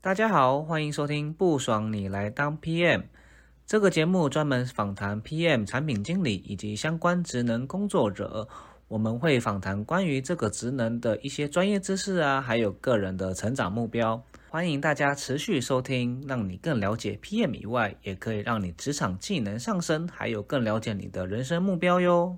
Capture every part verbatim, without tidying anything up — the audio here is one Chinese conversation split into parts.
大家好，欢迎收听不爽你来当 P M。 这个节目专门访谈 P M 产品经理以及相关职能工作者，我们会访谈关于这个职能的一些专业知识啊，还有个人的成长目标。欢迎大家持续收听，让你更了解 P M 以外，也可以让你职场技能上升，还有更了解你的人生目标哟。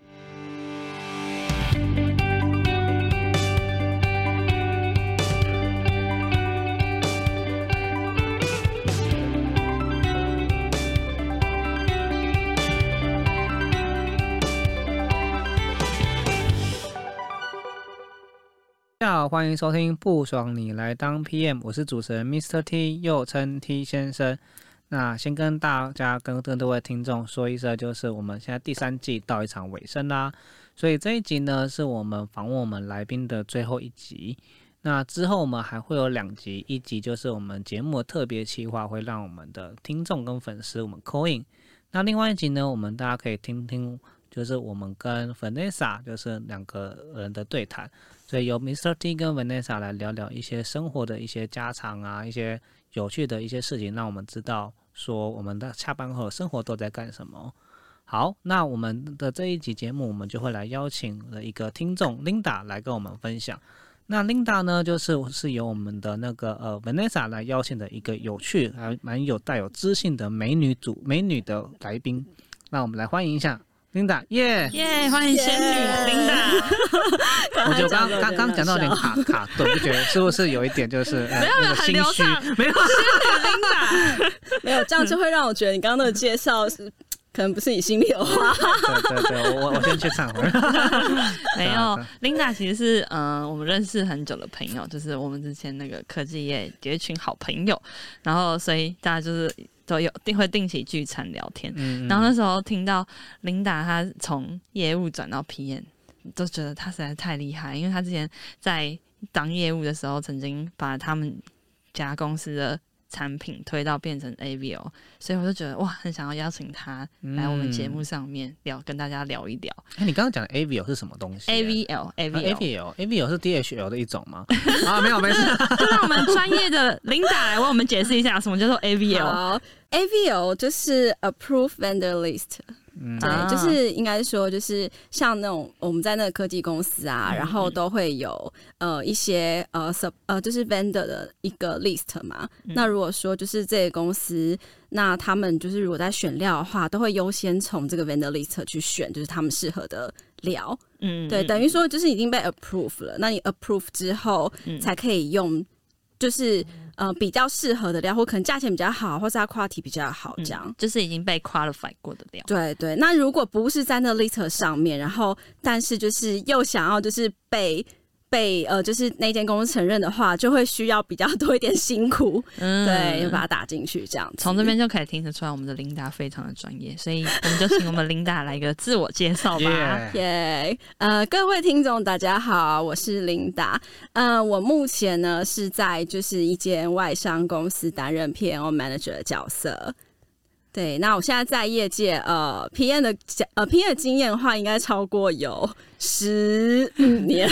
大家好，欢迎收听不爽你来当 P M， 我是主持人 Mister T， 又称 T 先生。那先跟大家跟各位听众说一声，就是我们现在第三季到一场尾声啦，所以这一集呢是我们访问我们来宾的最后一集。那之后我们还会有两集，一集就是我们节目的特别企划，会让我们的听众跟粉丝我们 call in。那另外一集呢，我们大家可以听听，就是我们跟 Vanessa 就是两个人的对谈。所以由 Mister T 跟 Vanessa 来聊聊一些生活的一些家常啊，一些有趣的一些事情，让我们知道说我们的下班后生活都在干什么。好，那我们的这一集节目，我们就会来邀请了一个听众 Linda 来跟我们分享。那 Linda 呢，就是是由我们的那个呃 Vanessa 来邀请的一个有趣还蛮有带有知性的美女主美女的来宾。那我们来欢迎一下Linda， 耶、 yeah! 耶、yeah, 欢迎仙女 Linda。 我觉得刚刚刚讲到有点卡卡顿，不觉得是不是有一点就是、呃、 没有没有很流畅， 没有仙女 Linda， 没有这样就会让我觉得你刚刚那个介绍是可能不是你心里的话。 对对对，我我先去忏悔。 没有 ，Linda 其实是嗯、呃、我们认识很久的朋友，就是我们之前那个科技业有一群好朋友，然后所以大家就是都有定会定期聚餐聊天。嗯嗯，然后那时候听到 Linda 她从业务转到 P M， 都觉得她实在太厉害，因为她之前在当业务的时候，曾经把他们家公司的产品推到变成 A V O， 所以我就觉得哇，很想要邀请他来我们节目上面聊，嗯、跟大家聊一聊。 哎，你刚刚讲的 A V O 是什么东西、啊、 ？A V L，A V L，A V L，A V L 是 D H L 的一种吗？啊，没有，没事。 就让我们专业的 Linda 来为我们解释一下什么叫做 A V L。 好 ，A V L 就是 Approved Vendor List。嗯，对，啊、就是应该说，就是像那种我们在那个科技公司啊，嗯、然后都会有呃一些呃 sub 呃就是 vendor 的一个 list 嘛。嗯、那如果说就是这个公司，那他们就是如果在选料的话，都会优先从这个 vendor list 去选，就是他们适合的料。嗯，对，等于说就是已经被 approve 了，那你 approve 之后、嗯、才可以用，就是呃比较适合的料，或可能价钱比较好，或是它 quality 比较好，这样、 嗯、就是已经被 qualify 过的料。 对对，那如果不是在那 list 上面，然后但是就是又想要就是被被呃就是那间公司承认的话，就会需要比较多一点辛苦，嗯，对，就把它打进去这样子。 从这边就可以听得出来，我们的 Linda 非常的专业，所以我们就请我们 Linda 来一个自我介绍吧。 耶、yeah. ，呃，各位听众大家好，我是 Linda， 呃，我目前呢是在就是一间外商公司担任 P M O Manager 的角色。对，那我现在在业界呃 P M 的呃 P M 的经验的话，应该超过有十五年。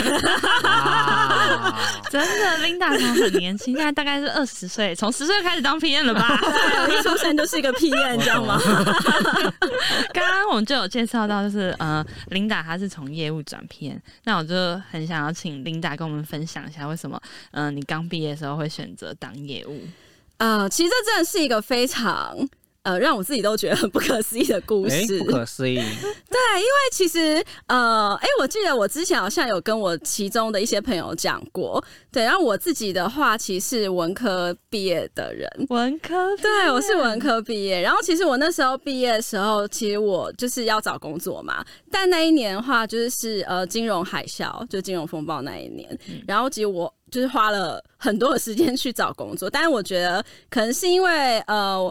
真的 ，Linda 从很年轻，现在大概是二十岁，从十岁开始当 P M 了吧？ 对，一出生就是一个 P M， 你知道吗？ 刚刚我们就有介绍到，就是呃 ，Linda 她是从业务转 P M， 那我就很想要请 Linda 跟我们分享一下，为什么嗯、呃、你刚毕业的时候会选择当业务？ 呃，其实这真的是一个非常。呃，让我自己都觉得很不可思议的故事。 欸、不可思议。对，因为其实呃，哎、欸，我记得我之前好像有跟我其中的一些朋友讲过，对，然后我自己的话，其实是文科毕业的人， 文科， 对，我是文科毕业。然后其实我那时候毕业的时候，其实我就是要找工作嘛，但那一年的话，就是呃金融海啸，就金融风暴那一年，嗯、然后其实我就是花了很多的时间去找工作，但是我觉得可能是因为呃。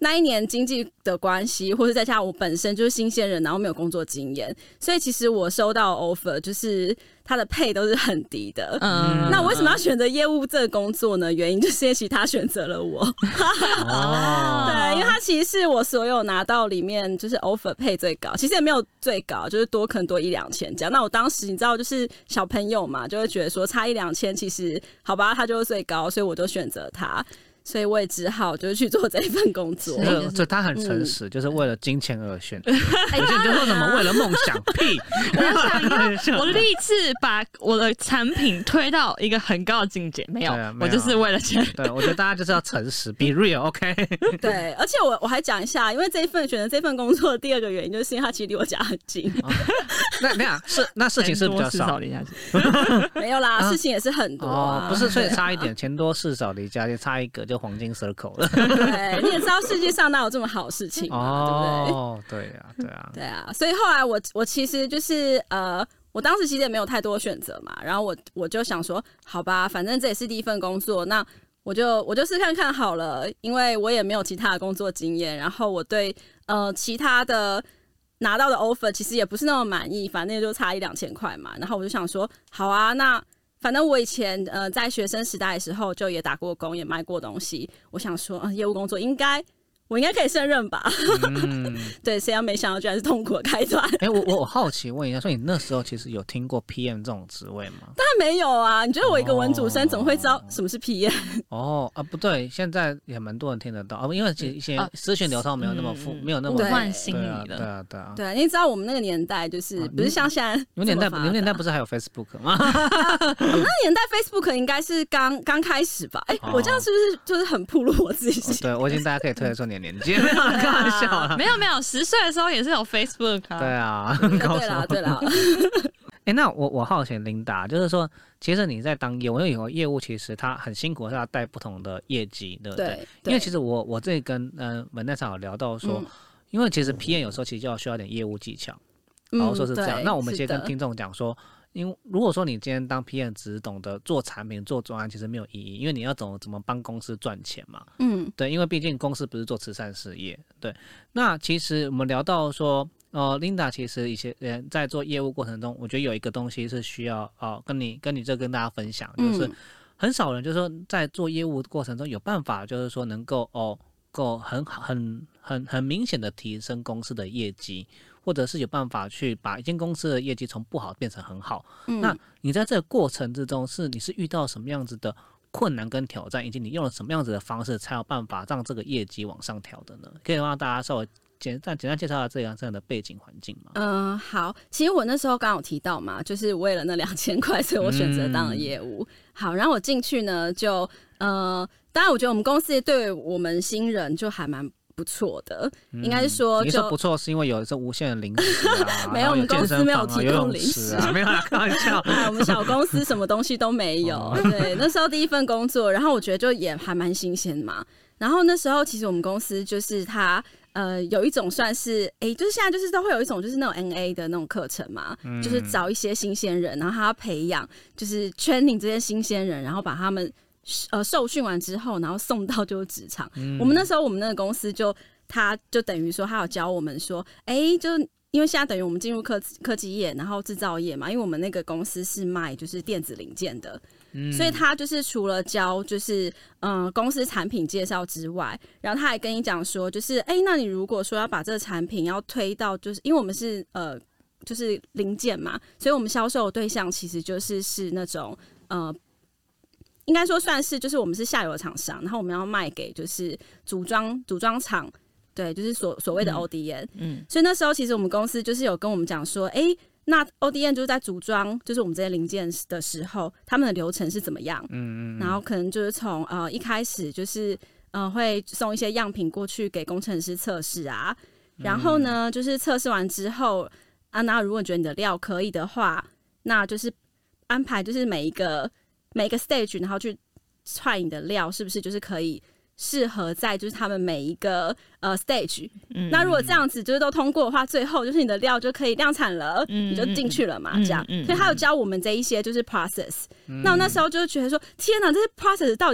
那一年经济的关系，或是再加上我本身就是新鲜人，然后没有工作经验，所以其实我收到 offer 就是他的配都是很低的。嗯，那我为什么要选择业务这个工作呢？原因就是因为其他选择了我。哦，对，因为他其实是我所有拿到里面就是 offer 配最高，其实也没有最高，就是多可能多一两千这样。那我当时你知道，就是小朋友嘛，就会觉得说差一两千，其实好吧，他就是最高，所以我就选择他。所以我也只好就是去做这一份工作。 所以他很诚实、嗯，就是为了金钱而选。有些人就说什么为了梦想，屁！ 我想要，我立志把我的产品推到一个很高的境界。没有，啊、没有我就是为了钱。 对，我觉得大家就是要诚实 ，be real，OK、okay? 对，而且我我还讲一下，因为这一份选择这份工作的第二个原因，就是因为它其实离我家很近。哦、 那那样是那事情是比较少， 没有啦，事情也是很多、啊哦，不是，所以差一点，钱多事少离家，就差一个。就黄金 circle 了， 对，你也知道世界上哪有这么好的事情嘛， 哦、 对不对？ 对啊，对啊， 对啊，所以后来我我其实就是呃，我当时其实也没有太多选择嘛，然后我我就想说，好吧，反正这也是第一份工作，那我就我就试看看好了，因为我也没有其他的工作经验，然后我对呃其他的拿到的 offer 其实也不是那么满意，反正就差一两千块嘛，然后我就想说，好啊，那。反正我以前呃在学生时代的时候就也打过工，也卖过东西。我想说，呃、业务工作应该我应该可以胜任吧？嗯、对，谁要没想到居然是痛苦的开端。 哎、欸，我我好奇问一下，说你那时候其实有听过 P M 这种职位吗？ 当然没有啊！你觉得我一个文组生怎么会知道什么是 P M？ 哦啊，不对，现在也蛮多人听得到啊，因为其实以前资讯流通没有那么富、嗯，没有那么换心理的， 对啊，对啊， 对啊，你知道我们那个年代就是不是像现在有年代，有年代不是还有 Facebook 吗？ 我们那年代 Facebook 应该是刚刚开始吧？哎、欸哦，我这样是不是就是很暴露我自己？ 哦、对，我已经大家可以推得出你的年纪。开玩笑啦， 没有没有，十岁的时候也是有 Facebook 啊。 对啊， 对啦对啦。 哎、欸，那我我好奇琳达，就是说，其实你在当业务，因为有业务其实他很辛苦，是要带不同的业绩，对不对？对对，因为其实我我这跟呃文奈上有聊到说、嗯，因为其实 P M 有时候其实就要需要点业务技巧，然后说是这样。嗯、那我们先跟听众讲说。因为如果说你今天当 P M 只懂得做产品做专案，其实没有意义，因为你要懂怎么帮公司赚钱嘛。嗯，对，因为毕竟公司不是做慈善事业。对，那其实我们聊到说，呃 ，Linda 其实以前呃在做业务过程中，我觉得有一个东西是需要哦、呃、跟你跟你这跟大家分享，就是很少人就是说在做业务过程中有办法，就是说能够哦够很很很很明显的提升公司的业绩。或者是有办法去把一间公司的业绩从不好变成很好、嗯，那你在这个过程之中是你是遇到什么样子的困难跟挑战，以及你用了什么样子的方式才有办法让这个业绩往上调的呢？可以让大家稍微简单简单介绍下这样这样的背景环境吗？ 嗯、呃，好，其实我那时候刚刚有提到嘛，就是为了那两千块，所以我选择当了业务、嗯。好，然后我进去呢，就呃，当然我觉得我们公司对我们新人就还蛮。不错的，应该是说， 你说不错是因为有这无限的零食啊， 没有，我们公司没有提供零食啊，没有啦，开玩笑。 我们小公司什么东西都没有。哦、对，那时候第一份工作，然后我觉得就也还蛮新鲜嘛。然后那时候其实我们公司就是它呃有一种算是哎、欸，就是现在就是都会有一种就是那种 N A 的那种课程嘛、嗯，就是找一些新鲜人，然后他要培养就是 training 这些新鲜人，然后把他们。呃，受训完之后，然后送到就是职场、嗯。我们那时候，我们那个公司就，他就等于说，他有教我们说，哎、欸，就因为现在等于我们进入科科技业，然后制造业嘛，因为我们那个公司是卖就是电子零件的，嗯、所以他就是除了教就是嗯、呃、公司产品介绍之外，然后他还跟你讲说，就是哎、欸，那你如果说要把这个产品要推到，就是因为我们是呃就是零件嘛，所以我们销售的对象其实就是是那种呃。应该说算是，就是我们是下游的厂商，然后我们要卖给就是组装组装厂，对，就是所所谓的 O D N。嗯，所以那时候其实我们公司就是有跟我们讲说，哎、欸，那 O D N 就是在组装，就是我们这些零件的时候，他们的流程是怎么样？嗯嗯。然后可能就是从呃一开始就是呃会送一些样品过去给工程师测试啊，然后呢就是测试完之后啊，那如果你觉得你的料可以的话，那就是安排就是每一个。每一个 stage， 然后去踹你的料是不是就是可以适合在就是他们每一个呃 stage、嗯。那如果这样子就是都通过的话，最后就是你的料就可以量产了，嗯、你就进去了嘛，嗯、这样、嗯。所以他有教我们这一些就是 process、嗯。那我那时候就觉得说，天哪，这些 process 到底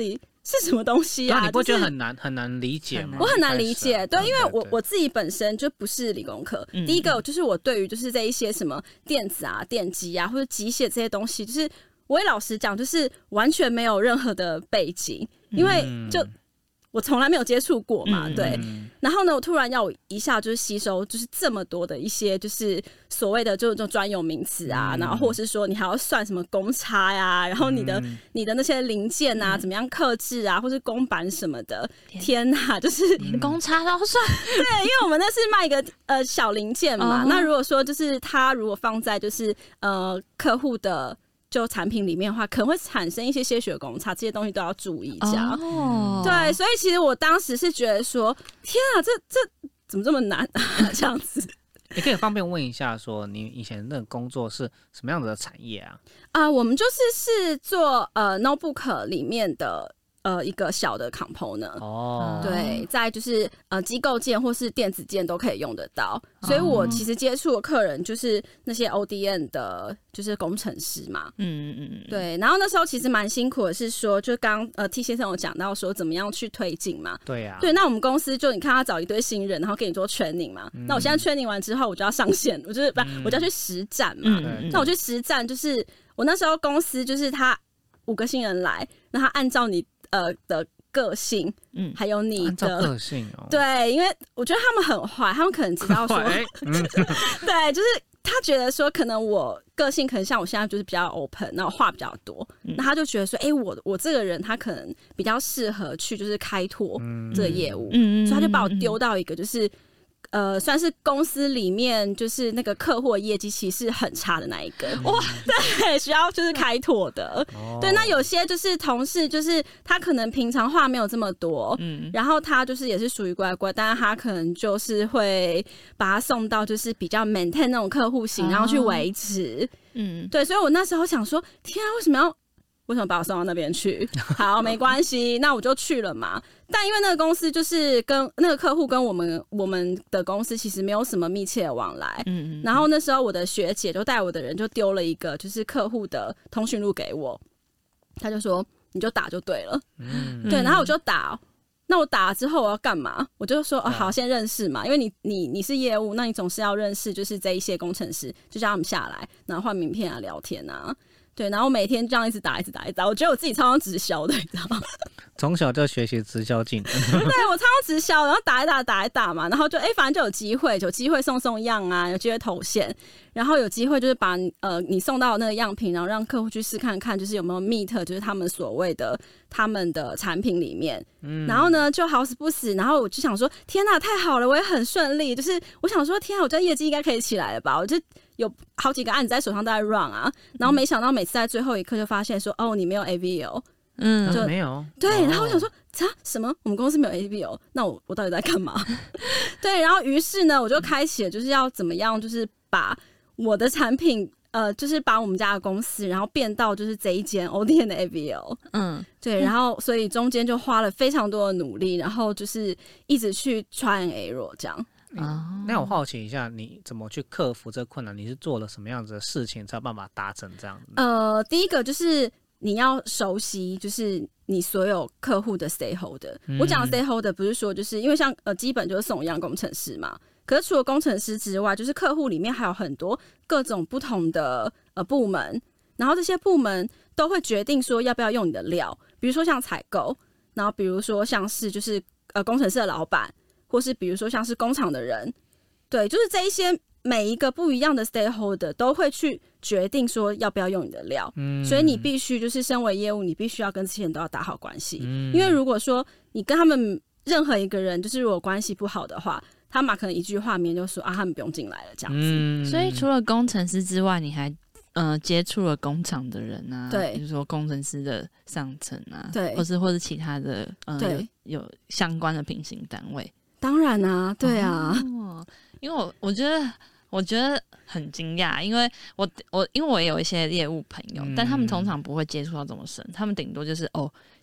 是什么东西啊？ 你不会觉得很难、就是、很难理解吗？ 我很难理解，对，因为我对对对我自己本身就不是理工科。嗯、第一个就是我对于就是这一些什么电子啊、电机啊或者机械这些东西，就是我也老实讲，就是完全没有任何的背景，因为就。嗯我从来没有接触过嘛，嗯、对。然后呢，我突然要我一下就是吸收，就是这么多的一些就是所谓的就就专有名词啊，嗯、然后或是说你还要算什么公差呀、啊，然后你的、嗯、你的那些零件啊，嗯、怎么样克制啊，或是公版什么的，天, 天哪，就是公差都要算。 对，因为我们那是卖一个呃小零件嘛，哦、那如果说就是它如果放在就是呃客户的。就产品里面的话，可能会产生一些些许的公差，这些东西都要注意一下。哦，对，所以其实我当时是觉得说，天啊，这这怎么这么难啊？这样子， 你可以方便问一下，说你以前那个工作是什么样子的产业啊？ 啊、呃，我们就是是做呃 notebook 里面的。呃，一个小的 component 哦，对，在就是呃机构件或是电子件都可以用得到，所以我其实接触的客人就是那些 O D M 的，就是工程师嘛，嗯嗯嗯，对，然后那时候其实蛮辛苦的，是说就刚呃 T 先生有讲到说怎么样去推进嘛， 对呀、啊， 对，那我们公司就你看他找一堆新人，然后给你做 training 嘛，嗯、那我现在 training 完之后，我就要上线，我就是不、嗯，我就要去实战嘛，嗯、那我去实战就是我那时候公司就是他五个新人来，那他按照你。呃的个性，嗯，还有你的个性哦， 对，因为我觉得他们很坏，他们可能知道说，嗯、对，就是他觉得说，可能我个性可能像我现在就是比较 open， 然后话比较多，嗯、那他就觉得说，哎、欸，我我这个人他可能比较适合去就是开拓这个业务，嗯，所以他就把我丢到一个就是。呃，算是公司里面就是那个客户业绩其实是很差的那一个哇，对，需要就是开拓的，哦、对。那有些就是同事，就是他可能平常话没有这么多，嗯，然后他就是也是属于乖乖，但是他可能就是会把他送到就是比较 maintain 那种客户型，哦、然后去维持，嗯，对。所以我那时候想说，天啊，为什么要？为什么把我送到那边去？好，没关系，那我就去了嘛。但因为那个公司就是跟那个客户跟我们我们的公司其实没有什么密切的往来。嗯嗯。然后那时候我的学姐就带我的人就丢了一个就是客户的通讯录给我，他就说你就打就对了。嗯。对，然后我就打。那我打了之后我要干嘛？我就说哦，好，先认识嘛，因为你你你是业务，那你总是要认识就是这一些工程师，就叫他们下来，然后换名片啊，聊天啊。对，然后每天这样一直打，一直打，一直打。我觉得我自己超像直销的，你知道吗？ 从小就学习直销技能。 对，我超像直销，然后打一打，打一打嘛，然后就哎、欸，反正就有机会，有机会送送样啊，有机会投线，然后有机会就是把呃你送到的那个样品，然后让客户去试看看，就是有没有 meet， 就是他们所谓的他们的产品里面。嗯。然后呢，就好死不死，然后我就想说，天哪，太好了，我也很顺利，就是我想说，天啊，我这业绩应该可以起来了吧？我就。有好几个案子在手上都在 run 啊，然后没想到每次在最后一刻就发现说，哦，你没有 A V O， 嗯，就没有， 对，然后我想说，啥什么？我们公司没有 A V O， 那我我到底在干嘛？对，然后于是呢，我就开启了就是要怎么样，就是把我的产品，呃，就是把我们家的公司，然后变到就是这一间 O D M 的 A V O， 嗯，对，然后所以中间就花了非常多的努力，然后就是一直去 try and error 这样。 嗯、那我好奇一下，你怎么去克服这个困难？你是做了什么样子的事情才有办法达成这样子？ 呃，第一个就是你要熟悉，就是你所有客户的 stakeholder。嗯、我讲的 stakeholder 不是说就是因为像呃基本就是送样工程师嘛，可是除了工程师之外，就是客户里面还有很多各种不同的呃部门，然后这些部门都会决定说要不要用你的料，比如说像采购，然后比如说像是就是呃工程师的老板。或是比如说像是工厂的人，对，就是这一些每一个不一样的 stakeholder 都会去决定说要不要用你的料，嗯，所以你必须就是身为业务，你必须要跟这些人都要打好关系，嗯，因为如果说你跟他们任何一个人就是如果关系不好的话，他们可能一句话面就说啊，他们不用进来了这样子， 嗯。所以除了工程师之外，你还呃接触了工厂的人啊，对，比如说工程师的上层啊，对，或是或是其他的呃对 有, 有相关的平行单位。 当然啊，对啊， 哦，因为我我觉得我觉得很惊讶，因为我我因为我也有一些业务朋友，嗯，但他们通常不会接触到这么深，他们顶多就是哦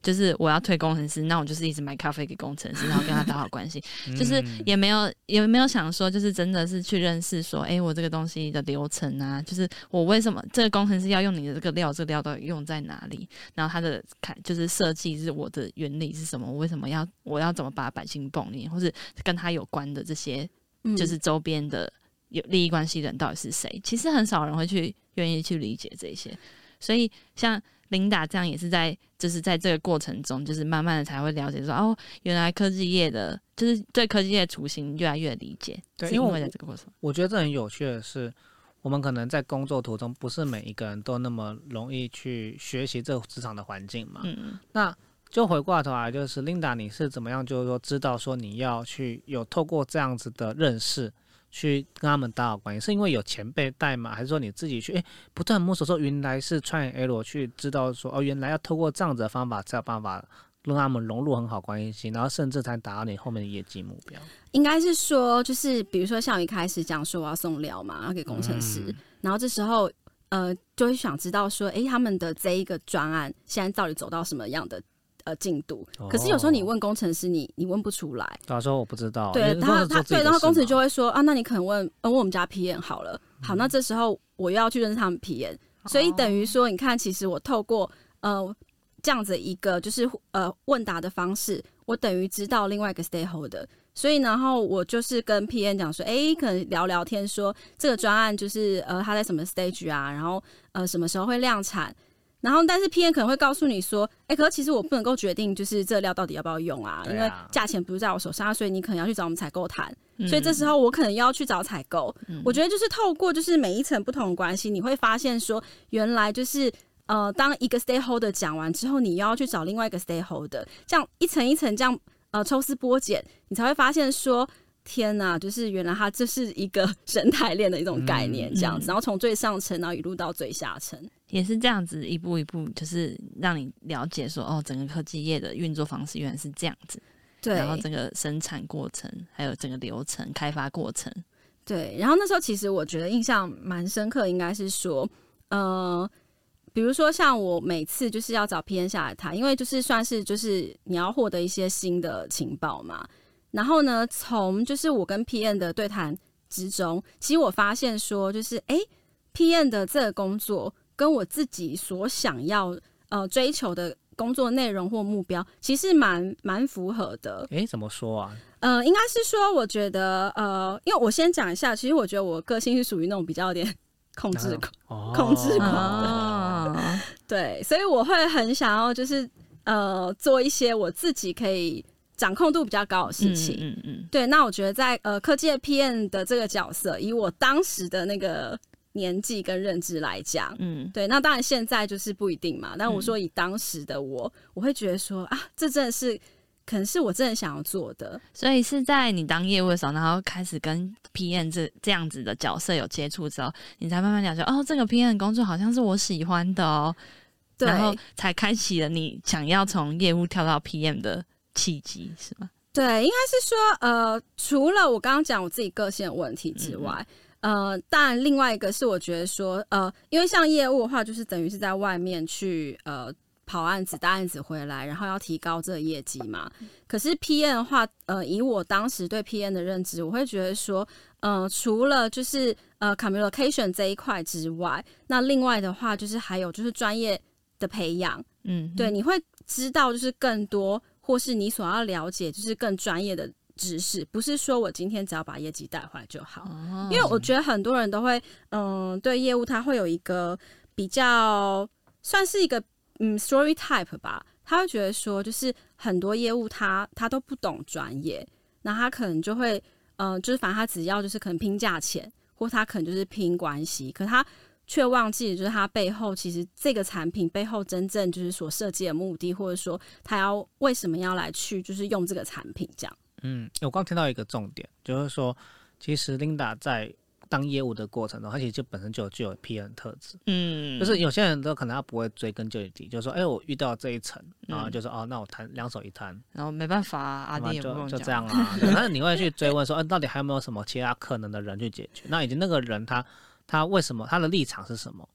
就是我要推工程师，那我就是一直买咖啡给工程师，然后跟他打好关系，就是也没有也没有想说，就是真的是去认识说，哎、欸，我这个东西的流程啊，就是我为什么这个工程师要用你的这个料，这个料到底用在哪里，然后它的就是设计是我的原理是什么，我为什么要我要怎么把它摆进泵里面，或是跟它有关的这些，就是周边的有利益关系人到底是谁？其实很少人会去愿意去理解这些，所以像Linda 这样也是在就是在这个过程中，就是慢慢的才会了解说，哦，原来科技业的，就是对科技业的雏形越来越理解。 对， 因为在这个过程， 我觉得这很有趣的是，我们可能在工作途中，不是每一个人都那么容易去学习这个职场的环境嘛。嗯，那就回过头来，就是 Linda， 你是怎么样，就是说知道说你要去有透过这样子的认识，去跟他们打好关系，是因为有前辈带吗？还是说你自己去哎不断摸索说原来是 try and error 去知道说哦原来要透过这样子的方法才有办法让他们融入很好关系，然后甚至才达到你后面的业绩目标？ 应该是说就是比如说像我一开始讲说我要送料嘛，要给工程师，嗯、然后这时候呃就会想知道说哎他们的这一个专案现在到底走到什么样的呃进度，可是有时候你问工程师，你你问不出来。 他说我不知道。 对他他对，然后工程师就会说啊，那你可能问问我们家 P M 好了。好，那这时候我又要去认识他们 P M，、嗯、所以等于说，你看，其实我透过呃这样子一个就是呃问答的方式，我等于知道另外一个 stakeholder。所以然后我就是跟 P M 讲说，哎，可能聊聊天说这个专案就是呃他在什么 stage 啊，然后呃什么时候会量产。然后，但是 P M 可能会告诉你说，哎，可是其实我不能够决定，就是这料到底要不要用啊，因为价钱不是在我手上，所以你可能要去找我们采购谈、嗯。所以这时候我可能又要去找采购、嗯。我觉得就是透过就是每一层不同的关系，你会发现说，原来就是呃，当一个 stakeholder 讲完之后，你又要去找另外一个 stakeholder， 这样一层一层这样呃抽丝剥茧，你才会发现说。天哪，就是原来它这是一个生态链的一种概念，这样子，嗯、然后从最上层，然后一路到最下层， 也是这样子一步一步，就是让你了解说，哦，整个科技业的运作方式原来是这样子， 对， 然后整个生产过程，还有整个流程、开发过程， 对，然后那时候其实我觉得印象蛮深刻，应该是说，呃，比如说像我每次就是要找 P M 下来谈，因为就是算是就是你要获得一些新的情报嘛。然后呢，从就是我跟 P M 的对谈之中，其实我发现说，就是哎 ，P M 的这个工作跟我自己所想要呃追求的工作内容或目标，其实蛮蛮符合的。 哎，怎么说啊？ 呃，应该是说，我觉得呃，因为我先讲一下，其实我觉得我个性是属于那种比较有点控制狂、哦、控制狂的、哦，对，所以我会很想要就是呃做一些我自己可以。掌控度比较高的事情，嗯嗯嗯，对。那我觉得在呃科技的 P M 的这个角色，以我当时的那个年纪跟认知来讲，嗯，对。那当然现在就是不一定嘛。但我说以当时的我，我会觉得说啊，这真的是可能是我真的想要做的。 所以是在你当业务的时候，然后开始跟 P M 这这样子的角色有接触之后，你才慢慢了解哦，这个 P M 工作好像是我喜欢的哦， 对， 然后才开启了你想要从业务跳到 P M 的。契机是吗？ 对，应该是说，呃，除了我刚刚讲我自己个性的问题之外，嗯、呃，当然另外一个是我觉得说，呃，因为像业务的话，就是等于是在外面去呃跑案子、打案子回来，然后要提高这个业绩嘛。可是 P M 的话，呃，以我当时对 P M 的认知，我会觉得说，呃，除了就是呃 communication 这一块之外，那另外的话就是还有就是专业的培养，嗯，对，你会知道就是更多。或是你所要了解就是更专业的知识，不是说我今天只要把业绩带回来就好、哦、因为我觉得很多人都会嗯对业务他会有一个比较算是一个嗯 story type 吧，他会觉得说就是很多业务他他都不懂专业，那他可能就会嗯就是反正他只要就是可能拼价钱，或他可能就是拼关系，可他却忘记了就是它背后其实这个产品背后真正就是所设计的目的，或者说他要为什么要来去就是用这个产品这样。 嗯，我刚听到一个重点，就是说其实 Linda 在当业务的过程中，他其实就本身就有具有 P M 特质。嗯，就是有些人都可能他不会追根究底，就是说，哎、欸，我遇到这一层，然后就说、嗯、哦，那我谈两手一摊， 然后没办法、啊，阿弟也不用就就这样啊。但是你会去追问说，哎、欸，到底还有没有什么其他可能的人去解决？那以及那个人他他为什么他的立场是什么？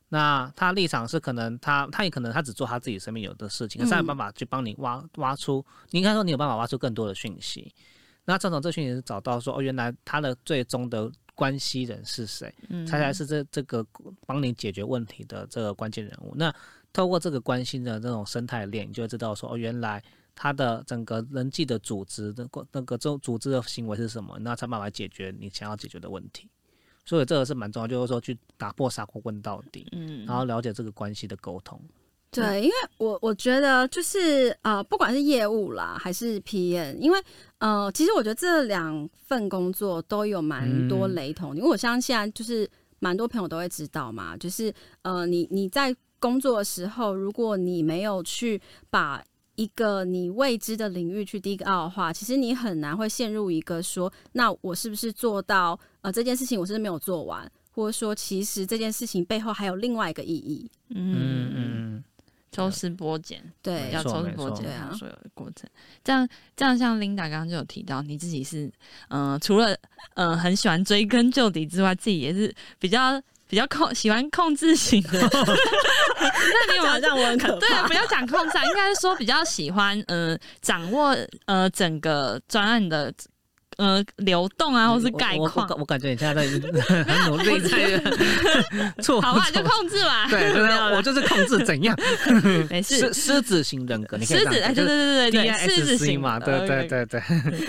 那他立场是可能他他也可能他只做他自己身边有的事情，可是他有办法去帮你挖挖出，你应该说你有办法挖出更多的讯息。那这种这讯息是找到说哦，原来他的最终的关系人是谁，嗯、才才是这这个帮你解决问题的这个关键人物。那透过这个关系的这种生态链，你就会知道说哦，原来他的整个人际的组织的那个组织的行为是什么，那才办法解决你想要解决的问题。所以这个是蛮重要，就是说去打破砂锅问到底，嗯，然后了解这个关系的沟通。 对，因为我我觉得就是呃，不管是业务啦还是 P M， 因为呃，其实我觉得这两份工作都有蛮多雷同，嗯、因为我相信现在就是蛮多朋友都会知道嘛，就是呃，你你在工作的时候，如果你没有去把一个你未知的领域去 dig out 的话，其实你很难会陷入一个说，那我是不是做到呃这件事情我是不是没有做完，或者说其实这件事情背后还有另外一个意义。 嗯嗯，抽丝剥茧， 对， 要抽丝剥茧它所有的过程。这样这样，像 Linda 刚刚就有提到，你自己是呃除了呃很喜欢追根究底之外，自己也是比较。比较控喜欢控制型的，那你有没有让我很可怕？ 对，不要讲控制，应该是说比较喜欢呃掌握呃整个专案的呃流动啊，或是概况。 我, 我, 我感觉你现在在很努力在做， 好吧，就控制嘛。 对，对我就是控制怎样？ 没事， 狮子型人格，你可以狮子，对对对对对，狮子型嘛，对对对对。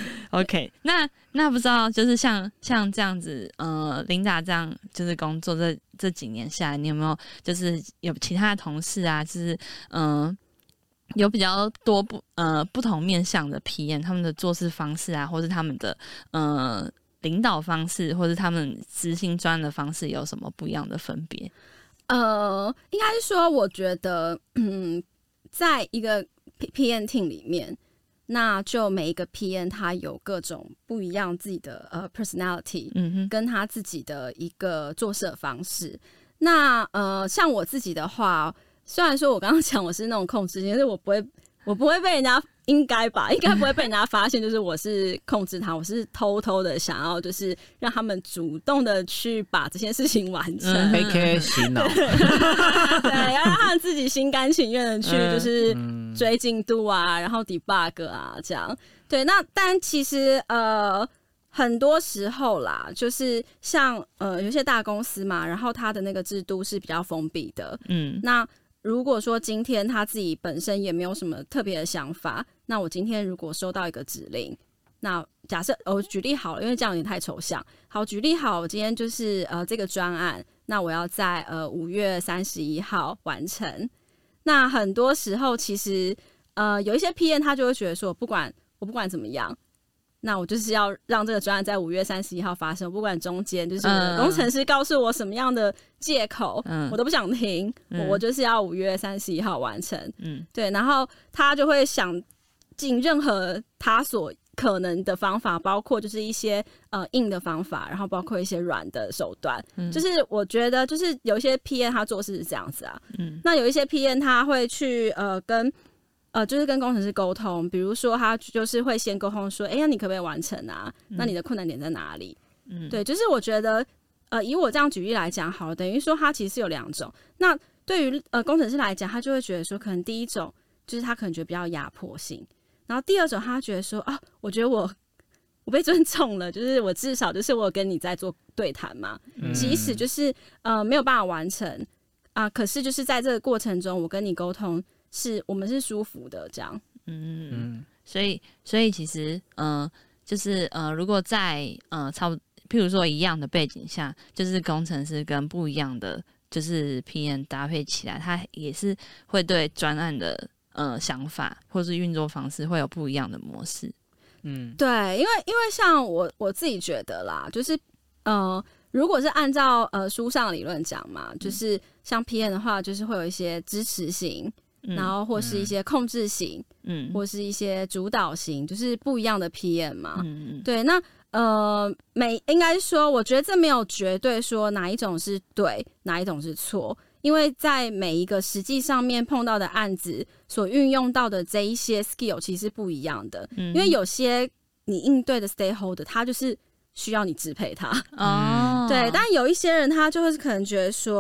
OK， 那那不知道就是像像这样子，呃，Linda 这样就是工作这这几年下来，你有没有就是有其他的同事啊，就是嗯、呃，有比较多不呃不同面向的 P M， 他们的做事方式啊，或是他们的呃领导方式，或是他们执行专案的方式有什么不一样的分别？ 呃，应该是说，我觉得，嗯，在一个 P M team 里面。那就每一个 P M 他有各种不一样自己的呃 personality， 嗯哼，跟他自己的一个做事的方式。那呃，像我自己的话，虽然说我刚刚讲我是那种控制型，但是我不会，我不会被人家应该吧，应该不会被人家发现，就是我是控制他，我是偷偷的想要就是让他们主动的去把这件事情完成 ，A K A 洗脑， 对，要让他们自己心甘情愿的去就是追进度啊，然后 debug 啊，这样。对，那但其实呃很多时候啦，就是像呃有些大公司嘛，然后它的那个制度是比较封闭的，嗯，那。如果说今天他自己本身也没有什么特别的想法，那我今天如果收到一个指令，那假设我、哦、举例好了，因为这样有点太抽象。好，举例好，我今天就是呃这个专案，那我要在呃五月三十一号完成。那很多时候其实呃有一些 P M 他就会觉得说，不管我不管怎么样。那我就是要让这个专案在五月三十一号发生，不管中间就是工程师告诉我什么样的借口，嗯、我都不想听，嗯、我就是要五月三十一号完成。嗯，对，然后他就会想尽任何他所可能的方法，包括就是一些呃硬的方法，然后包括一些软的手段。嗯、就是我觉得就是有一些 P M 他做事是这样子啊，嗯，那有一些 P M 他会去呃跟。呃，就是跟工程师沟通，比如说他就是会先沟通说，哎、欸，那你可不可以完成啊？嗯、那你的困难点在哪里？嗯，对，就是我觉得，呃，以我这样举例来讲，好了，等于说他其实是有两种。那对于呃工程师来讲，他就会觉得说，可能第一种就是他可能觉得比较压迫性，然后第二种他觉得说，啊，我觉得我我被尊重了，就是我至少就是我有跟你在做对谈嘛，嗯、即使就是呃没有办法完成啊、呃，可是就是在这个过程中，我跟你沟通。是我们是舒服的这样， 嗯嗯，所以所以其实呃就是呃如果在呃差不譬如说一样的背景下，就是工程师跟不一样的就是 P M 搭配起来，他也是会对专案的呃想法或是运作方式会有不一样的模式。 嗯，对，因为因为像我我自己觉得啦，就是呃如果是按照呃书上理论讲嘛，就是像 P M 的话，就是会有一些支持型。然后或是一些控制型，嗯，或是一些主导型，就是不一样的 P M 嘛。嗯嗯，对，那呃，每应该说，我觉得这没有绝对说哪一种是对，哪一种是错，因为在每一个实际上面碰到的案子所运用到的这一些 skill 其实是不一样的。嗯，因为有些你应对的 stakeholder， 他就是需要你支配他。哦，对，但有一些人他就会可能觉得说。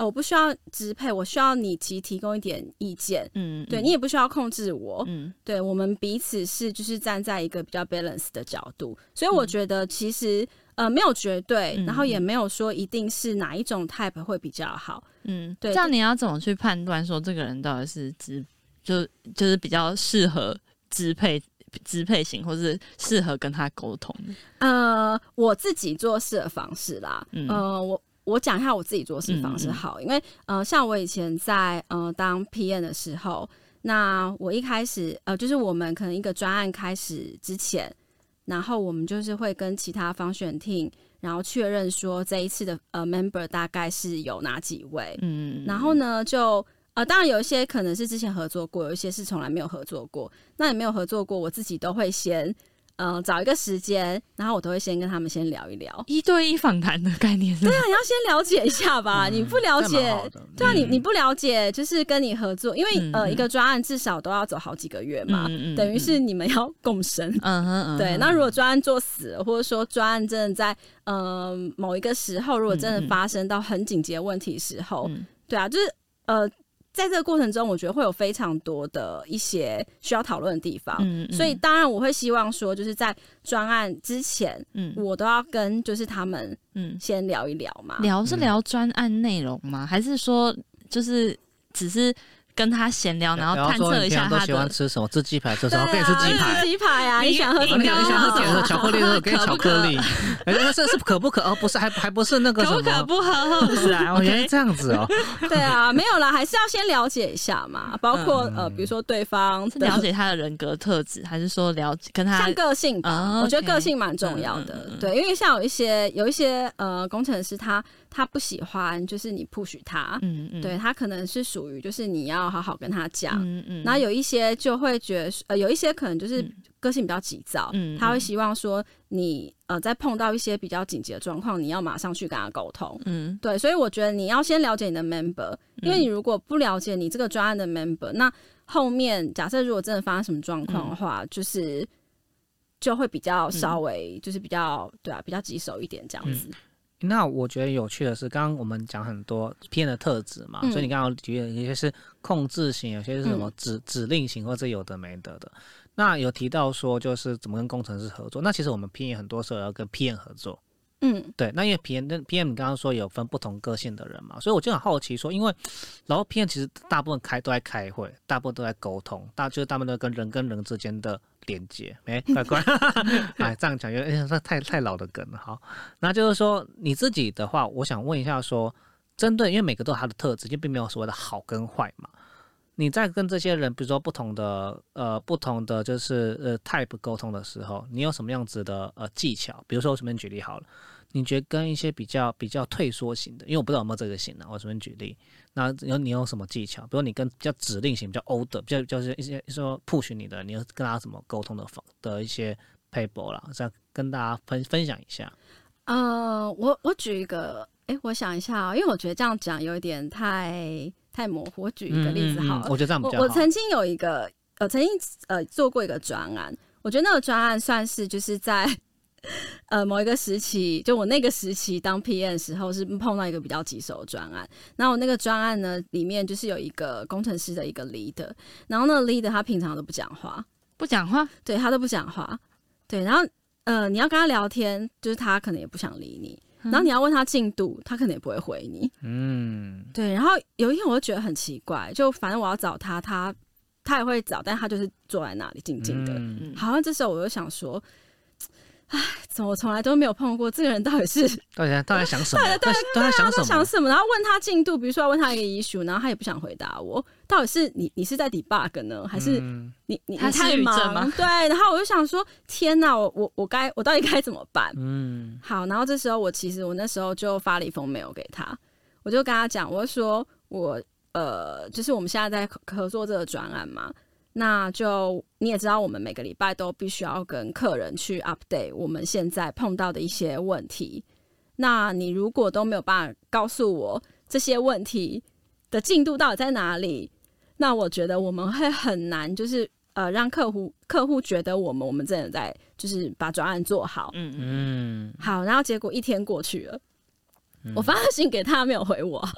呃、我不需要支配，我需要你其实提供一点意见，嗯，对，你也不需要控制我，嗯，对，我们彼此是就是站在一个比较 balance 的角度，所以我觉得其实、嗯、呃没有绝对、嗯，然后也没有说一定是哪一种 type 会比较好，嗯，对。 这样你要怎么去判断说这个人到底是支就就是比较适合支配支配型，或是适合跟他沟通的？ 呃，我自己做事的方式啦，嗯、呃，我。我讲一下我自己做事方式好，嗯嗯因为呃，像我以前在呃当 P M 的时候，那我一开始呃，就是我们可能一个专案开始之前，然后我们就是会跟其他function team，然后确认说这一次的呃 member 大概是有哪几位，嗯，然后呢就呃，当然有一些可能是之前合作过，有一些是从来没有合作过，那也没有合作过，我自己都会先。呃，找一个时间，然后我都会先跟他们先聊一聊， 一对一访谈的概念是。 对啊，你要先了解一下吧，嗯、你不了解，对啊，你你不了解，就是跟你合作，因为、嗯、呃，一个专案至少都要走好几个月嘛，嗯、等于是你们要共生。嗯哼，对。那如果专案做死了，或者说专案真的在呃某一个时候，如果真的发生到很紧急的问题的时候，嗯、对啊，就是呃。在这个过程中，我觉得会有非常多的一些需要讨论的地方，嗯嗯所以当然我会希望说，就是在专案之前，嗯，我都要跟就是他们，嗯，先聊一聊嘛。 聊是聊专案内容吗？还是说就是只是？跟他闲聊，然后探测一下他的。 都喜欢吃什么？吃鸡排，吃什么？可以吃鸡排。 鸡排啊，你喜欢喝什么？ 你喜欢喝甜的巧克力，可以巧克力。哎，这是可不可？哦，不是，还还不是那个什么？ 可不可不喝？不是啊， 我觉得这样子哦。 对啊，没有啦，还是要先了解一下嘛。包括、嗯、呃，比如说对方是了解他的人格特质，还是说了解跟他像个性吧？ Oh, 我觉得个性蛮重要的。嗯嗯嗯对，因为像有一些有一些呃工程师他。他不喜欢就是你 push 他，嗯嗯，对他可能是属于就是你要好好跟他讲，嗯嗯，然后有一些就会觉得呃有一些可能就是个性比较急躁，嗯，他会希望说你呃在碰到一些比较紧急的状况，你要马上去跟他沟通，嗯，对，所以我觉得你要先了解你的 member， 因为你如果不了解你这个专案的 member， 那后面假设如果真的发生什么状况的话，嗯、就是就会比较稍微、嗯、就是比较对啊比较棘手一点这样子。嗯那我觉得有趣的是，刚刚我们讲很多 P M 的特质嘛、嗯，所以你刚刚举的有些是控制型，有些是什么指、嗯、指令型，或者有的没得的。那有提到说，就是怎么跟工程师合作。那其实我们 P M 很多时候要跟 P M 合作，嗯，对。那因为 P M P M 你刚刚说有分不同个性的人嘛，所以我就很好奇说，因为然后 P M 其实大部分开都在开会，大部分都在沟通，大就是大部分都跟人跟人之间的。连接，哎、欸，乖乖，哎，这样讲有点太太老的梗了。好，那就是说你自己的话，我想问一下说，针对因为每个都有他的特质，就并没有所谓的好跟坏嘛。你在跟这些人，比如说不同的呃不同的就是呃 type 沟通的时候，你有什么样子的呃技巧？比如说我随便举例好了，你觉得跟一些比较比较退缩型的，因为我不知道有没有这个型的、啊，我随便举例。那有你有什么技巧？比如你跟比较指令型、比较 older、比较就是一些说 push 你的，你要跟他怎么沟通的方的一些 paper 啦，这样跟大家分分享一下。 呃，我我举一个，哎，我想一下、哦，因为我觉得这样讲有一点太太模糊。我举一个例子好了， 嗯嗯嗯、我觉得这样比较好。 我我曾经有一个，呃，曾经呃做过一个专案，我觉得那个专案算是就是在。呃，某一个时期，就我那个时期当 P M 的时候，是碰到一个比较棘手的专案。然后我那个专案呢，里面就是有一个工程师的一个 leader， 然后那个 leader 他平常都不讲话， 不讲话， 对他都不讲话，对，然后呃，你要跟他聊天，就是他可能也不想理你，然后你要问他进度，他可能也不会回你，嗯，对。然后有一天我就觉得很奇怪，就反正我要找他，他他也会找，但他就是坐在那里静静的。嗯、好像这时候我就想说。唉，怎么我从来都没有碰过这个人？到底是到底到底想什么？ 对对对， 在想什么？ 想什么？然后问他进度，比如说要问他一个 issue， 然后他也不想回答我。到底是你你是在 debug 呢，还是你你他太忙？对，然后我就想说，天哪，我我我该我到底该怎么办？嗯，好，然后这时候我其实我那时候就发了一封 mail 给他，我就跟他讲，我就说我呃，就是我们现在在合作这个专案嘛。那就你也知道，我们每个礼拜都必须要跟客人去 update 我们现在碰到的一些问题。那你如果都没有办法告诉我这些问题的进度到底在哪里，那我觉得我们会很难，就是呃让客户客户觉得我们我们真的在就是把专案做好。嗯嗯。好，然后结果一天过去了，嗯、我发了信给他没有回我。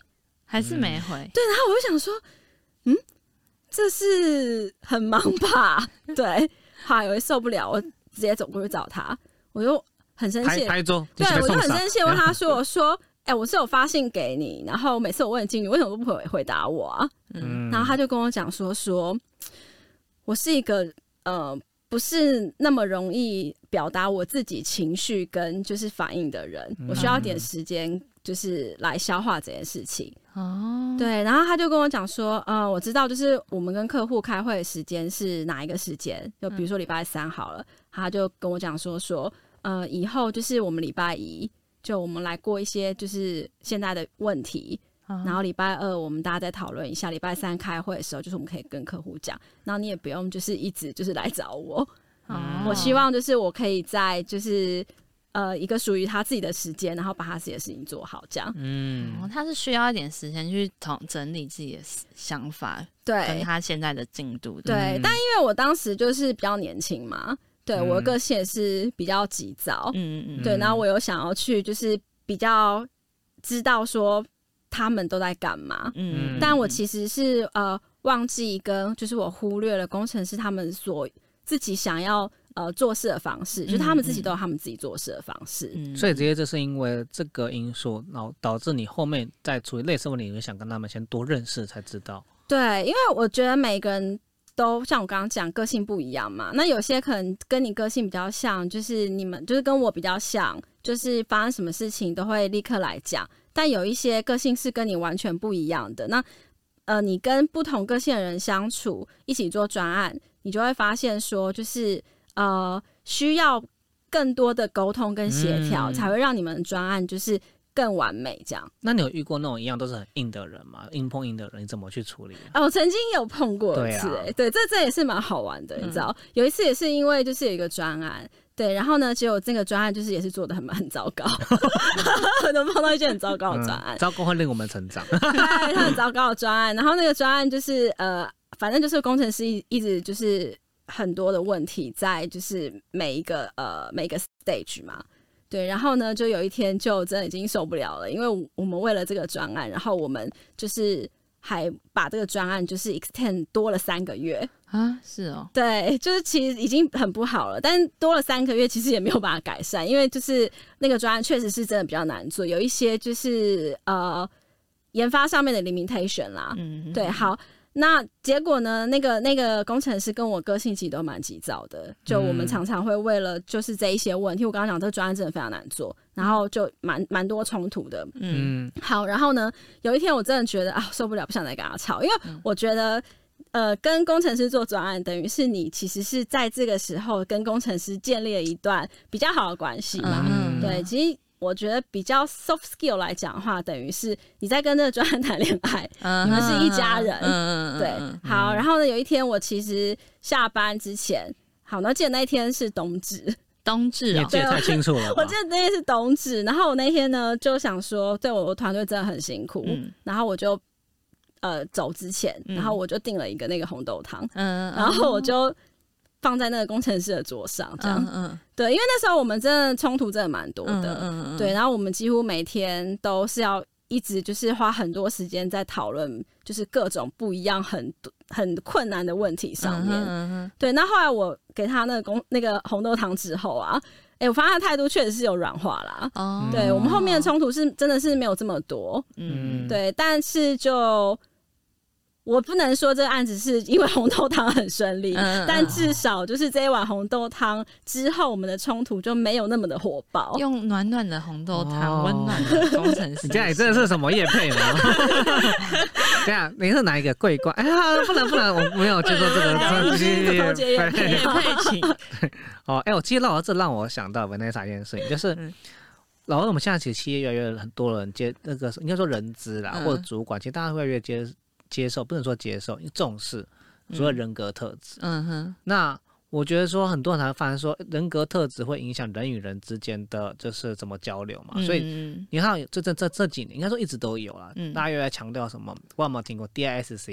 还是没回。 对，然后我就想说，嗯，这是很忙吧？对，后来我受不了，我直接走过去找他，我就很生气， 拍桌， 对，我就很生气，问他说：“我说，哎、欸，我是有发信给你，然后每次我问经理，为什么都不回回答我啊？”嗯，然后他就跟我讲说：“说我是一个呃，不是那么容易表达我自己情绪跟就是反应的人，嗯、我需要点时间，就是来消化这件事情。”哦，对，然后他就跟我讲说：“呃，我知道，就是我们跟客户开会的时间是哪一个时间？就比如说礼拜三好了。”他就跟我讲说：“说。”呃，以后就是我们礼拜一就我们来过一些就是现在的问题，哦、然后礼拜二我们大家再讨论一下，礼拜三开会的时候就是我们可以跟客户讲，然后你也不用就是一直就是来找我，哦、我希望就是我可以在就是呃一个属于他自己的时间，然后把他自己的事情做好，这样。 嗯，哦、他是需要一点时间去整理自己的想法， 对， 跟他现在的进度。 对，嗯、但因为我当时就是比较年轻嘛。对，我的个性也是比较急躁，嗯嗯，对，然后我有想要去，就是比较知道说他们都在干嘛，嗯，但我其实是呃忘记跟就是我忽略了工程师他们所自己想要呃做事的方式，嗯、就是他们自己都有他们自己做事的方式， 嗯、所以直接这是因为这个因素，然后导致你后面在处理类似问题，你想跟他们先多认识才知道。 对，因为我觉得每个人。都像我刚刚讲，个性不一样嘛。那有些可能跟你个性比较像，就是你们就是跟我比较像，就是发生什么事情都会立刻来讲。但有一些个性是跟你完全不一样的。那呃，你跟不同个性的人相处，一起做专案，你就会发现说，就是呃，需要更多的沟通跟协调，嗯、才会让你们的专案就是更完美这样。 那你有遇过那种一样都是很硬的人吗？硬碰硬的人，你怎么去处理？ 啊，我曾经有碰过一次、欸，哎、啊，对，这这也是蛮好玩的，嗯、你知道，有一次也是因为就是有一个专案，对，然后呢，结果这个专案就是也是做的很很糟糕，能碰到一件很糟糕的专案、 嗯，糟糕会令我们成长， 对，他很糟糕的专案，然后那个专案就是呃，反正就是工程师一一直就是很多的问题在就是每一个呃每一个 stage 嘛。对，然后呢，就有一天就真的已经受不了了，因为我们为了这个专案，然后我们就是还把这个专案就是 extend 多了三个月啊，是哦， 对，就是其实已经很不好了，但是多了三个月，其实也没有办法改善，因为就是那个专案确实是真的比较难做，有一些就是呃研发上面的 limitation 啦，嗯，对，好。那结果呢？那个那个工程师跟我个性其实都蛮急躁的，就我们常常会为了就是这一些问题，我刚刚讲这个专案真的非常难做，然后就蛮蛮多冲突的。嗯，好，然后呢，有一天我真的觉得啊受不了，不想再跟他吵，因为我觉得呃跟工程师做专案，等于是你其实是在这个时候跟工程师建立了一段比较好的关系嘛。嗯，对，其实。我觉得比较 soft skill 来讲的话，等于是你在跟这个专案谈恋爱，嗯、你们是一家人。嗯、对，好。然后呢，有一天我其实下班之前，好，那记得那一天是冬至， 冬至啊， 你记得太清楚了。 我记得那天是冬至，然后我那天呢就想说，对我我团队真的很辛苦，嗯、然后我就呃走之前，然后我就订了一个那个红豆汤，嗯、然后我就。放在那个工程师的桌上，这样，嗯嗯，对，因为那时候我们真的冲突真的蛮多的，嗯嗯，对，然后我们几乎每天都是要一直就是花很多时间在讨论，就是各种不一样很很困难的问题上面，嗯嗯，对。那后来我给他那个公那个红豆汤之后啊，哎、欸，我发现他态度确实是有软化啦，哦，对我们后面的冲突是真的是没有这么多，嗯，对，但是就。我不能说这个案子是因为红豆汤很顺利，嗯、但至少就是这一碗红豆汤之后，我们的冲突就没有那么的火爆。 用暖暖的红豆汤，温、哦、暖的工程师。 你这里真的是什么业配吗？这样你是哪一个桂冠？哎呀，不能不能，我没有接受这个东西。业配业配请。 哦，哎、欸，我其实让我这让我想到 Vanessa 一件事情，就是。嗯然后我们现在其实企业越来越很多人接那个应该说人资啦、嗯、或者主管，其实大家会越来越接接受，不能说接受，重视除了人格特质。嗯哼。那我觉得说很多人才会发现说人格特质会影响人与人之间的就是怎么交流嘛，嗯、所以你看这这这这几年应该说一直都有啦，嗯、大家又在强调什么？我有没有听过 D I S C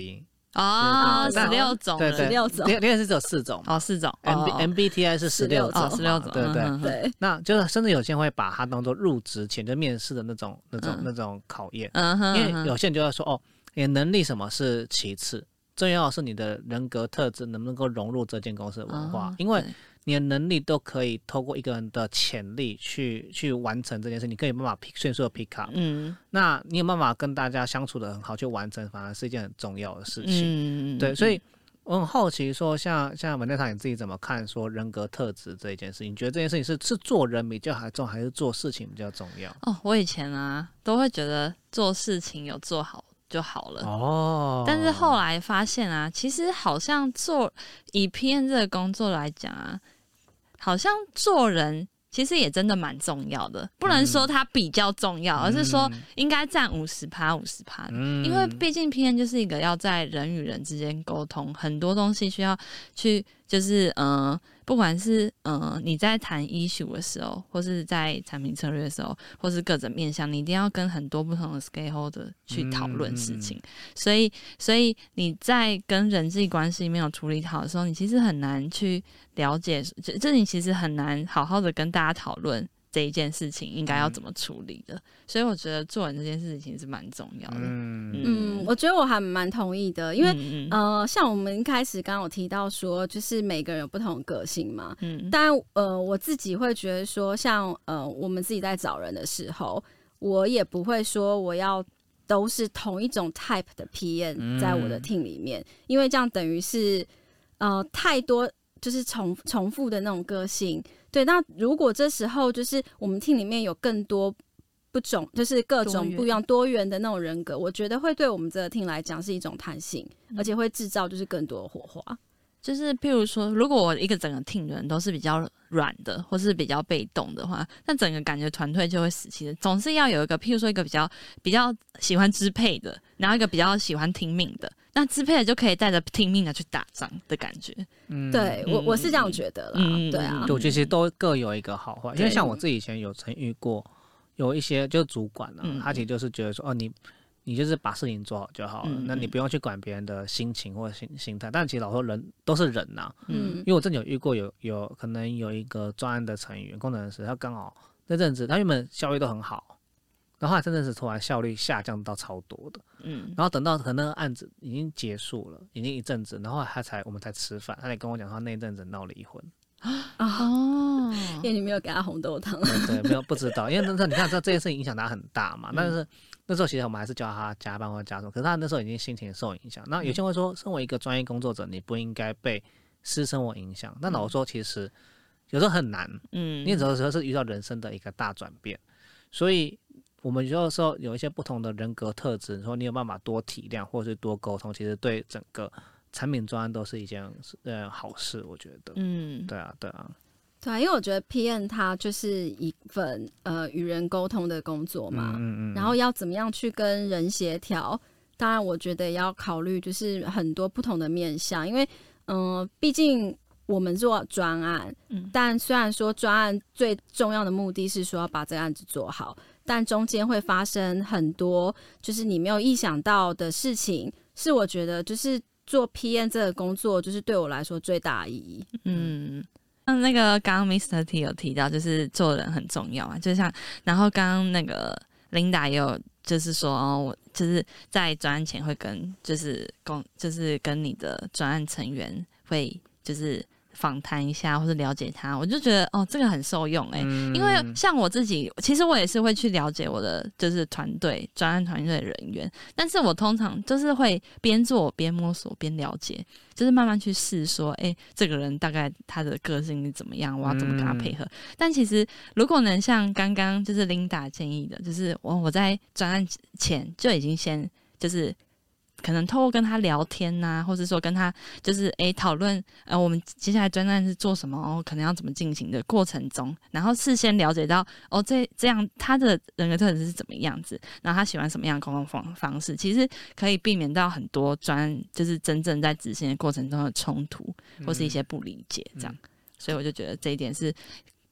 哦，十六种， 对对， 十六种， 恋恋是只有四种， 哦，四种 ，M B M B T I 是十六种， 十六种， 对对对， 那就是甚至有些人会把它当做入职前就面试的那种那种那种考验， 嗯哼， 因为有些人就会说，哦，你的能力什么是其次，重要的是你的人格特质能不能够融入这间公司的文化，因为你的能力都可以透过一个人的潜力去去完成这件事，你可以有办法迅速的 pick up，嗯，那你有办法跟大家相处的很好，去完成，反而是一件很重要的事情，嗯，对，所以我很好奇说，像像文内塔你自己怎么看说人格特质这一件事？你觉得这件事情是是做人比较重要，还是做事情比较重要？ 哦，我以前啊都会觉得做事情有做好就好了哦，但是后来发现啊，其实好像做以 P M 这个工作来讲啊，好像做人其实也真的蛮重要的，不能说它比较重要，嗯、而是说应该占五十趴五十趴，因为毕竟 P M 就是一个要在人与人之间沟通，很多东西需要去就是嗯。呃不管是呃你在谈 issue 的时候，或是在产品策略的时候，或是各种面向，你一定要跟很多不同的 stakeholder 去讨论事情、嗯、所以所以你在跟人际关系没有处理好的时候，你其实很难去了解，这你其实很难好好的跟大家讨论这一件事情应该要怎么处理的、嗯、所以我觉得做人这件事情是蛮重要的。嗯, 嗯我觉得我还蛮同意的，因为、嗯、呃，像我们一开始刚刚有提到说，就是每个人有不同的个性嘛。嗯，但呃，我自己会觉得说，像呃，我们自己在找人的时候，我也不会说我要都是同一种 type 的 P M 在我的 team 里面，嗯、因为这样等于是呃太多就是重重复的那种个性。对，那如果这时候就是我们 team 里面有更多不种，就是各种不一样多元的那种人格，我觉得会对我们这个 team 来讲是一种弹性、嗯，而且会制造就是更多的火花。 就是譬如说，如果我一个整个 team 的人都是比较软的，或是比较被动的话，那整个感觉团队就会死气的。总是要有一个，譬如说一个比较比较喜欢支配的，然后一个比较喜欢听命的。那支配的就可以带着听命的去打仗的感觉。 嗯，对我我是这样觉得啦。嗯、对啊， 我觉得其实都各有一个好坏，因为像我自己以前有曾遇过有一些就是主管啊，嗯、他其实就是觉得说，哦你。你就是把事情做好就好了，嗯、那你不用去管别人的心情或者心心态。但其实老说人都是人呐、啊，嗯，因为我真的有遇过有有可能有一个专案的成员工程师，他刚好那阵子他原本效率都很好，然后后来真的是突然效率下降到超多的，嗯，然后等到可能那个案子已经结束了，已经一阵子，然后他才我们才吃饭，他才跟我讲他那一阵子闹离婚。 哦，因为你没有给他红豆汤， 对对，没有不知道，因为那时候你看，这这件事情影响他很大嘛。嗯、但是那时候其实我们还是叫他加班或加什么，可是他那时候已经心情受影响。那有些人会说，身为一个专业工作者，你不应该被私生活影响。但老实说，其实有时候很难，嗯，因为有时候是遇到人生的一个大转变，所以我们有时候有一些不同的人格特质，说你有办法多体谅或是多沟通，其实对整个产品专案都是一件呃好事，我觉得。嗯，对啊，对啊， 对啊，因为我觉得 P M 它就是一份呃与人沟通的工作嘛，嗯嗯，然后要怎么样去跟人协调，当然我觉得也要考虑就是很多不同的面向，因为嗯、呃，毕竟我们做专案，嗯，但虽然说专案最重要的目的是说要把这个案子做好，但中间会发生很多就是你没有意想到的事情，是我觉得就是做 P M 这个工作就是对我来说最大的意义。嗯， 那个刚刚 Mister T 有提到就是做人很重要嘛，就像然后刚刚那个 Linda 也有就是说哦，我就是在专案前会跟就是公就是跟你的专案成员会就是访谈一下或是了解他，我就觉得哦这个很受用哎、欸嗯，因为像我自己其实我也是会去了解我的就是团队专案团队的人员，但是我通常就是会边做边摸索边了解，就是慢慢去试说哎、欸、这个人大概他的个性是怎么样，我要怎么跟他配合、嗯、但其实如果能像刚刚就是 Linda 建议的，就是我我在专案前就已经先就是可能透过跟他聊天呐、啊，或者说跟他就是诶讨论呃我们接下来专案是做什么哦，可能要怎么进行的过程中，然后事先了解到哦这这样他的人格特质是怎么样子，然后他喜欢什么样的沟通方方式，其实可以避免到很多专就是真正在执行的过程中的冲突或是一些不理解这样、嗯嗯、所以我就觉得这一点是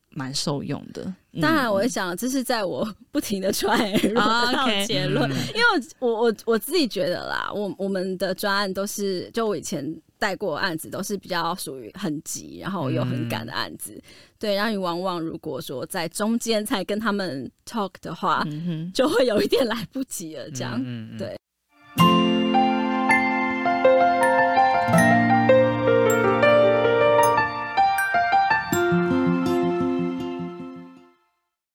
蛮受用的。嗯、 当然，我想这是在我不停的 try and error 得到结论， oh, okay. 因为我我我自己觉得啦，我我们的专案都是，就我以前带过的案子都是比较属于很急，然后又很赶的案子，嗯、对，然后你往往如果说在中间才跟他们 talk 的话，嗯、就会有一点来不及了，这样，嗯、对。